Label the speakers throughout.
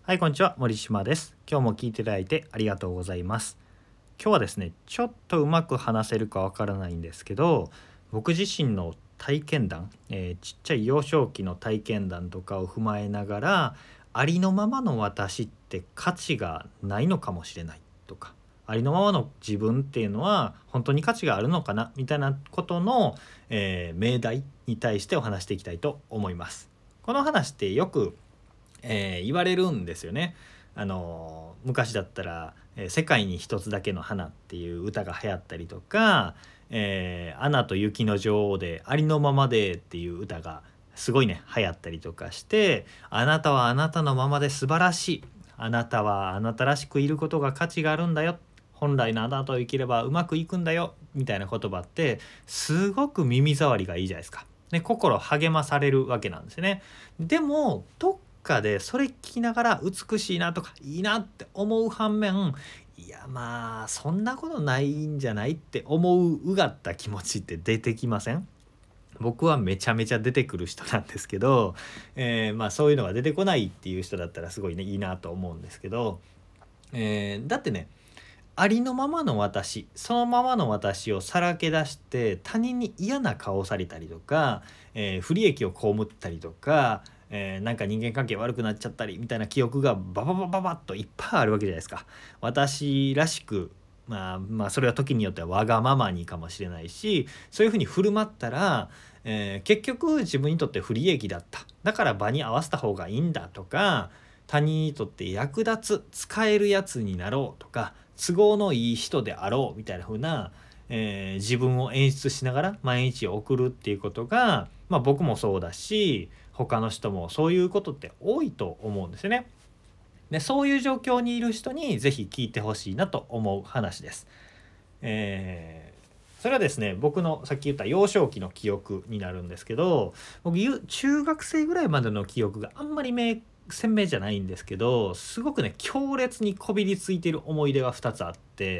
Speaker 1: はい、こんにちは。森島です。今日も聞いていただいてありがとうございます。今日はですね、ちょっとうまく話せるかわからないんですけど、僕自身の体験談、ちっちゃい幼少期の体験談とかを踏まえながら、ありのままの私って価値がないのかもしれないとか、ありのままの自分っていうのは本当に価値があるのかなみたいなことの、命題に対してお話していきたいと思います。この話ってよく言われるんですよね。昔だったら世界に一つだけの花」っていう歌が流行ったりとかアナと雪の女王でありのままでっていう歌がすごいね流行ったりとかして、あなたはあなたのままで素晴らしい、あなたはあなたらしくいることが価値があるんだよ、本来のあなたを生きればうまくいくんだよみたいな言葉ってすごく耳障りがいいじゃないですか。ね、心励まされるわけなんですね。でもどっかでそれ聞きながら美しいなとかいいなって思う反面、いやまあそんなことないんじゃないって思ううがった気持ちって出てきません？僕はめちゃめちゃ出てくる人なんですけど、まあそういうのが出てこないっていう人だったらすごいねいいなと思うんですけど、だってね、ありのままの私、そのままの私をさらけ出して他人に嫌な顔をされたりとか、不利益を被ったりとか、なんか人間関係悪くなっちゃったりみたいな記憶がバババババッといっぱいあるわけじゃないですか。私らしく、まあそれは時によってはわがままにかもしれないし、そういうふうに振る舞ったら、結局自分にとって不利益だった、だから場に合わせた方がいいんだとか、他人にとって役立つ使えるやつになろうとか、都合のいい人であろうみたいな風な、自分を演出しながら毎日を送るっていうことが、まあ、僕もそうだし他の人もそういうことって多いと思うんですよね。でそういう状況にいる人にぜひ聞いてほしいなと思う話です。それはですね、僕のさっき言った幼少期の記憶になるんですけど、僕中学生ぐらいまでの記憶があんまり鮮明じゃないんですけど、すごくね強烈にこびりついている思い出が2つあって、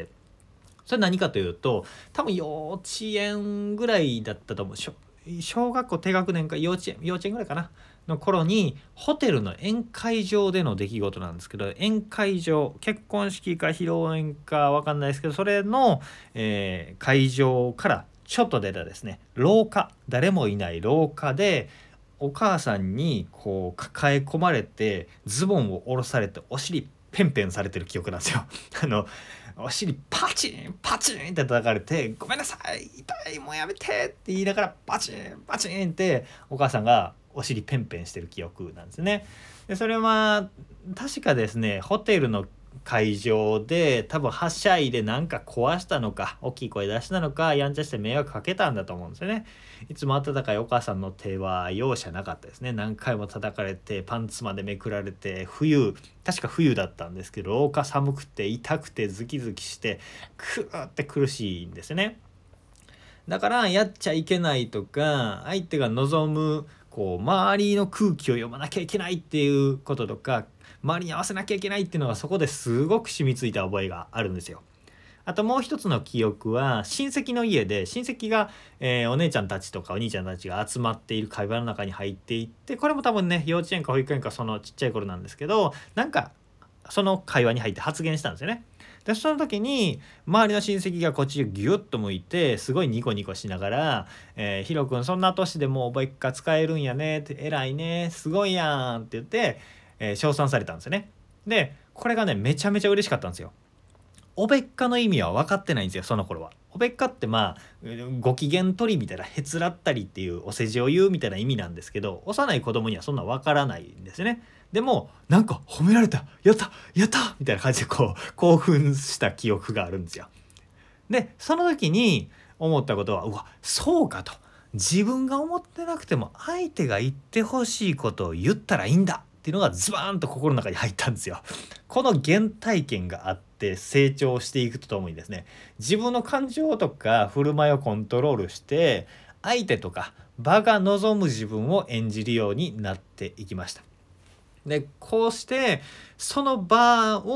Speaker 1: それ何かというと、多分幼稚園ぐらいだったと思う。小学校低学年か幼稚園ぐらいかなの頃に、ホテルの宴会場での出来事なんですけど、宴会場、結婚式か披露宴か分かんないですけど、それの、会場からちょっと出たですね廊下、誰もいない廊下でお母さんにこう抱え込まれてズボンを下ろされてお尻ペンペンされてる記憶なんですよ。お尻パチンパチンって叩かれて、ごめんなさい痛いもうやめてって言いながらパチンパチンってお母さんがお尻ペンペンしてる記憶なんですね。でそれは確かですね、ホテルの会場で多分はしゃいでなんか壊したのか大きい声出したのかやんちゃして迷惑かけたんだと思うんですよね。いつも温かいお母さんの手は容赦なかったですね。何回も叩かれてパンツまでめくられて、確か冬だったんですけど廊下寒くて痛くてズキズキしてくーって苦しいんですね。だからやっちゃいけないとか、相手が望むこう周りの空気を読まなきゃいけないっていうこととか、周りに合わせなきゃいけないっていうのがそこですごく染みついた覚えがあるんですよ。あともう一つの記憶は親戚の家で、親戚が、お姉ちゃんたちとかお兄ちゃんたちが集まっている会話の中に入っていって、これも多分ね幼稚園か保育園かそのちっちゃい頃なんですけど、なんかその会話に入って発言したんですよね。でその時に周りの親戚がこっちをギュッと向いてすごいニコニコしながら「ヒロ君そんな年でもうおべっか使えるんやね」って「偉いねすごいやん」って言って、称賛されたんですよね。でこれがねめちゃめちゃ嬉しかったんですよ。おべっかの意味は分かってないんですよ、その頃は。おべっかってまあご機嫌取りみたいな、へつらったりっていうお世辞を言うみたいな意味なんですけど、幼い子供にはそんな分からないんですね。でもなんか褒められた、やったやったみたいな感じでこう興奮した記憶があるんですよ。でその時に思ったことは、うわそうかと、自分が思ってなくても相手が言ってほしいことを言ったらいいんだっていうのがズバーンと心の中に入ったんですよ。この原体験があって成長していくとともにですね、自分の感情とか振る舞いをコントロールして相手とか場が望む自分を演じるようになっていきました。でこうしてその場を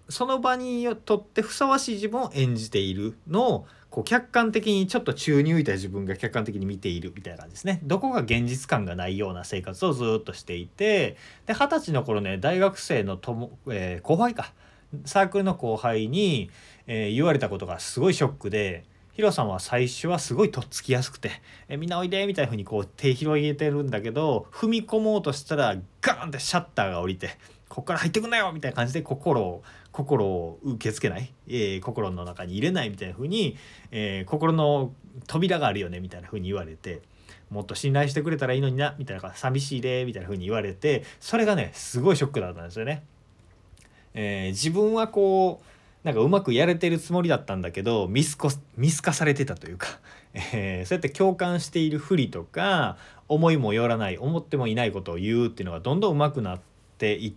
Speaker 1: その場にとってふさわしい自分を演じているのをこう客観的にちょっと宙に浮いた自分が客観的に見ているみたいな感じですね。どこか現実感がないような生活をずっとしていて、で20歳の頃ね大学生の後輩かサークルの後輩に、言われたことがすごいショックで、ヒロさんは最初はすごいとっつきやすくて、みんなおいでみたいな風にこう手広げてるんだけど、踏み込もうとしたらガーンってシャッターが降りて、こっから入ってくんなよみたいな感じで心を受け付けない、心の中に入れないみたいな風に、心の扉があるよねみたいな風に言われて、もっと信頼してくれたらいいのになみたいな、寂しいでみたいな風に言われて、それがねすごいショックだったんですよね。自分はこうなんかうまくやれてるつもりだったんだけど見透かされてたというか、そうやって共感しているふりとか思いもよらない思ってもいないことを言うっていうのがどんどん上手くなっていって、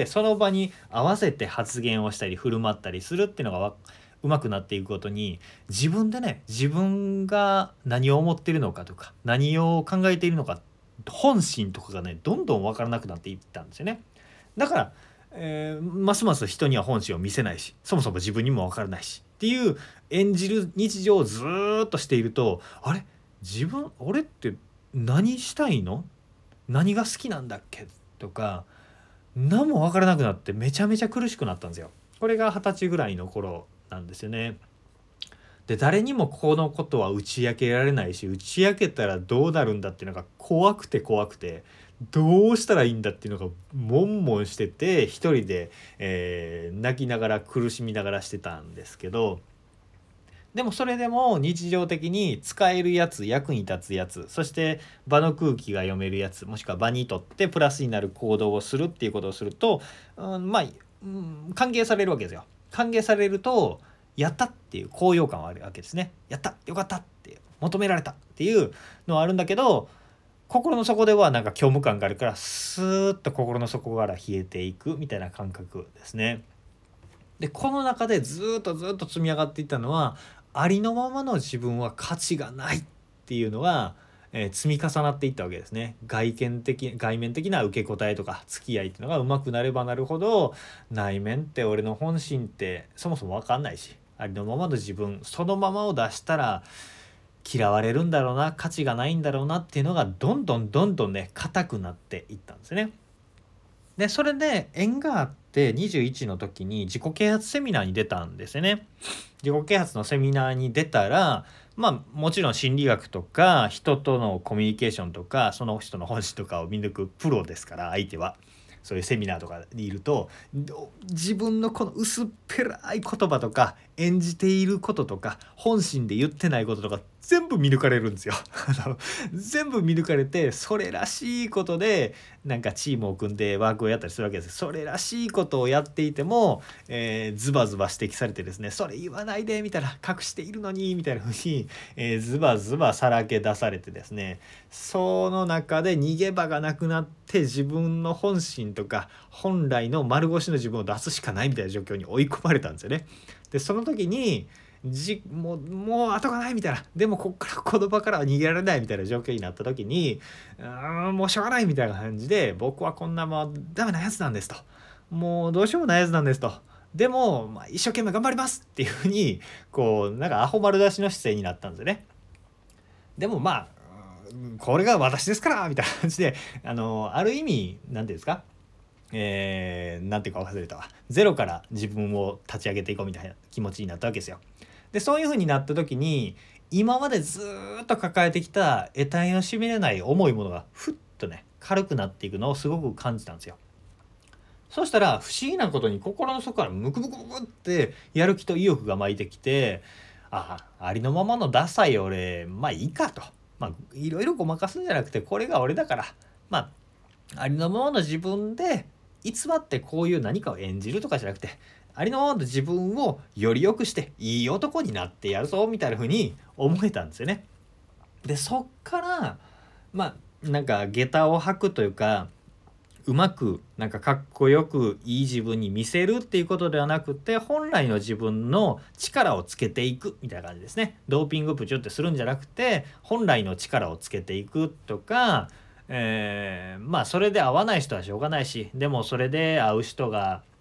Speaker 1: その場に合わせて発言をしたり振る舞ったりするっていうのが上手くなっていくことに、自分でね自分が何を思っているのかとか何を考えているのか本心とかがねどんどん分からなくなっていったんですよね。だからますます人には本心を見せないし、そもそも自分にも分からないしっていう演じる日常をずっとしていると、あれ俺って何したいの、何が好きなんだっけとか何も分からなくなってめちゃめちゃ苦しくなったんですよ。これが20歳ぐらいの頃なんですよね。で誰にもこのことは打ち明けられないし、打ち明けたらどうなるんだっていうのが怖くてどうしたらいいんだっていうのが悶々してて、一人で、泣きながら苦しみながらしてたんですけど、でもそれでも日常的に使えるやつ、役に立つやつ、そして場の空気が読めるやつ、もしくは場にとってプラスになる行動をするっていうことをすると、歓迎されるわけですよ。歓迎されるとやったっていう高揚感はあるわけですね。やったよかったって求められたっていうのはあるんだけど、心の底ではなんか虚無感があるからスーッと心の底から冷えていくみたいな感覚ですね。でこの中でずっと積み上がっていったのは、ありのままの自分は価値がないっていうのが、積み重なっていったわけですね。外面的な受け答えとか付き合いっていうのが上手くなればなるほど、内面って俺の本心ってそもそも分かんないし、ありのままの自分そのままを出したら嫌われるんだろうな、価値がないんだろうなっていうのがどんどんね硬くなっていったんですね。でそれで縁があって21の時に自己啓発セミナーに出たんですよね。自己啓発のセミナーに出たら、もちろん心理学とか人とのコミュニケーションとかその人の本質とかを見抜くプロですから、相手はそういうセミナーとかにいると自分のこの薄っぺらい言葉とか演じていることとか本心で言ってないこととか全部見抜かれるんですよ。全部見抜かれて、それらしいことでなんかチームを組んでワークをやったりするわけです。それらしいことをやっていても、ズバズバ指摘されてですね、それ言わないでみたいな、隠しているのにみたいな風に、ズバズバさらけ出されてですね、その中で逃げ場がなくなって自分の本心とか本来の丸腰の自分を出すしかないみたいな状況に追い込まれたんですよね。でその時にもう後がないみたいな、でもこっからこの場からは逃げられないみたいな状況になった時に、もうしょうがないみたいな感じで、僕はこんなもうダメなやつなんですと、もうどうしようもないやつなんですと、でも、一生懸命頑張りますっていうふうにこうなんかアホ丸出しの姿勢になったんですよね。でもこれが私ですからみたいな感じで、ある意味なんていうんですか、なんていうか忘れたわ、ゼロから自分を立ち上げていこうみたいな気持ちになったわけですよ。でそういう風になった時に、今までずっと抱えてきた得体のしびれない重いものがふっとね軽くなっていくのをすごく感じたんですよ。そしたら不思議なことに心の底からムクムクムクってやる気と意欲が湧いてきて、ありのままのダサい俺いいかと、いろいろごまかすんじゃなくてこれが俺だから、ありのままの自分で偽ってこういう何かを演じるとかじゃなくて、ありのままの自分をより良くしていい男になってやるぞみたいな風に思えたんですよね。でそっからなんか下駄を履くというか、うまくなんかかっこよくいい自分に見せるっていうことではなくて、本来の自分の力をつけていくみたいな感じですね。ドーピングプチュってするんじゃなくて本来の力をつけていくとか、それで合わない人はしょうがないし、でもそれで会う人が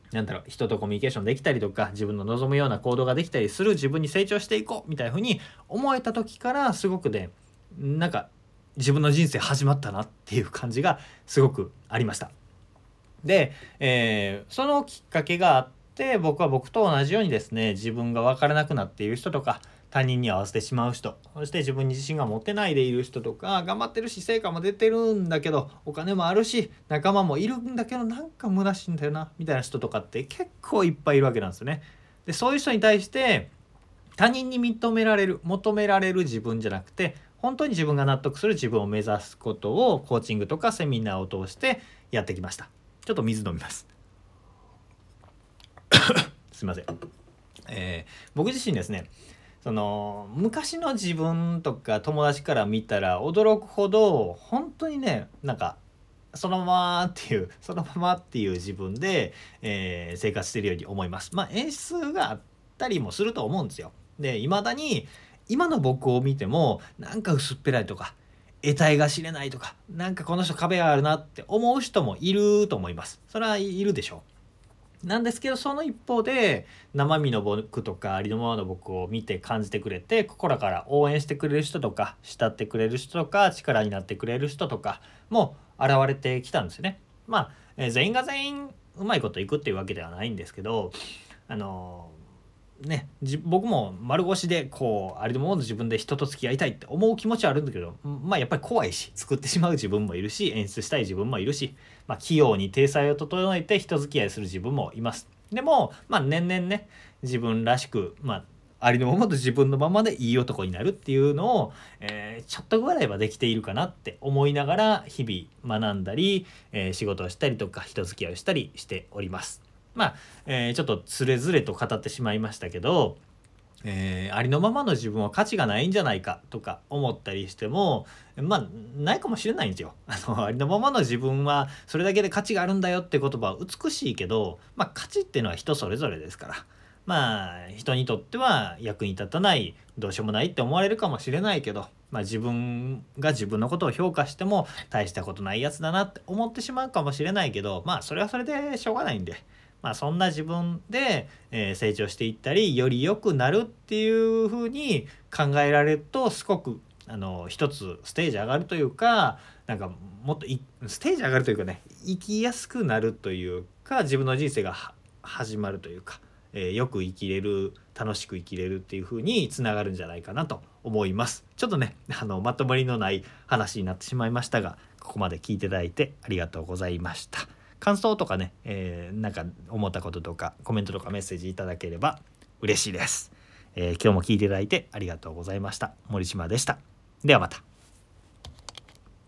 Speaker 1: 人とコミュニケーションできたりとか、自分の望むような行動ができたりする自分に成長していこうみたいな風に思えた時から、すごくね、なんか自分の人生始まったなっていう感じがすごくありました。で、そのきっかけがあって、僕は僕と同じようにですね、自分が分からなくなっている人とか、他人に合わせてしまう人、そして自分に自信が持てないでいる人とか、頑張ってるし成果も出てるんだけど、お金もあるし仲間もいるんだけど、なんか虚しいんだよなみたいな人とかって結構いっぱいいるわけなんですよね。でそういう人に対して、他人に認められる求められる自分じゃなくて、本当に自分が納得する自分を目指すことをコーチングとかセミナーを通してやってきました。ちょっと水飲みます。すいません。僕自身ですね、その昔の自分とか友達から見たら驚くほど、本当にね、そのままっていう自分で、生活してるように思います。演出があったりもすると思うんですよ。で未だに今の僕を見ても、なんか薄っぺらいとか得体が知れないとか、なんかこの人壁があるなって思う人もいると思います。それはいるでしょう。なんですけど、その一方で生身の僕とかありのままの僕を見て感じてくれて、心から応援してくれる人とか慕ってくれる人とか力になってくれる人とかも現れてきたんですよね。全員が全員うまいこといくっていうわけではないんですけど、あの僕も丸腰でこうありのままの自分で人と付き合いたいって思う気持ちはあるんだけど、やっぱり怖いし、作ってしまう自分もいるし、演出したい自分もいるし、器用に体裁を整えて人付き合いする自分もいます。でも年々ね、自分らしく、ありのままと自分のままでいい男になるっていうのを、ちょっとぐらいはできているかなって思いながら日々学んだり、仕事をしたりとか人付き合いをしたりしております。ちょっとつれづれと語ってしまいましたけど、ありのままの自分は価値がないんじゃないかとか思ったりしても、ないかもしれないんですよ。ありのままの自分はそれだけで価値があるんだよって言葉は美しいけど、価値っていうのは人それぞれですから、人にとっては役に立たない、どうしようもないって思われるかもしれないけど、自分が自分のことを評価しても大したことないやつだなって思ってしまうかもしれないけど、それはそれでしょうがないんで。そんな自分で、成長していったりより良くなるっていう風に考えられると、すごく一つステージ上がるというか、もっとステージ上がるというかね、生きやすくなるというか、自分の人生が始まるというか、よく生きれる、楽しく生きれるっていう風につながるんじゃないかなと思います。ちょっとねまとまりのない話になってしまいましたが、ここまで聞いていただいてありがとうございました。感想とかね、思ったこととかコメントとかメッセージいただければ嬉しいです。今日も聞いていただいてありがとうございました。森島でした。ではまた。